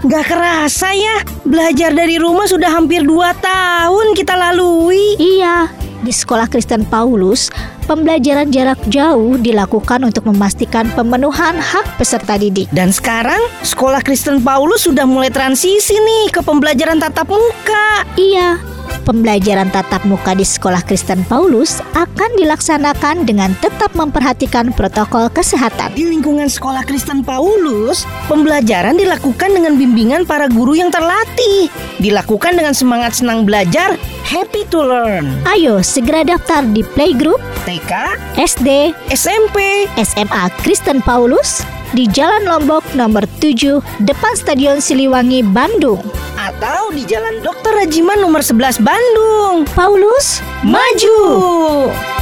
Gak kerasa ya, belajar dari rumah sudah hampir 2 tahun kita lalui. Iya, di Sekolah Kristen Paulus, pembelajaran jarak jauh dilakukan untuk memastikan pemenuhan hak peserta didik. Dan sekarang, Sekolah Kristen Paulus sudah mulai transisi nih ke pembelajaran tatap muka. Iya, pembelajaran tatap muka di Sekolah Kristen Paulus akan dilaksanakan dengan tetap memperhatikan protokol kesehatan. Di lingkungan Sekolah Kristen Paulus, pembelajaran dilakukan dengan bimbingan para guru yang terlatih. Dilakukan dengan semangat senang belajar, happy to learn. Ayo segera daftar di Playgroup TK, SD, SMP, SMA Kristen Paulus di Jalan Lombok nomor 7 depan Stadion Siliwangi, Bandung. atau di Jalan Dr. Rajiman nomor 11 Bandung. Paulus, Maju!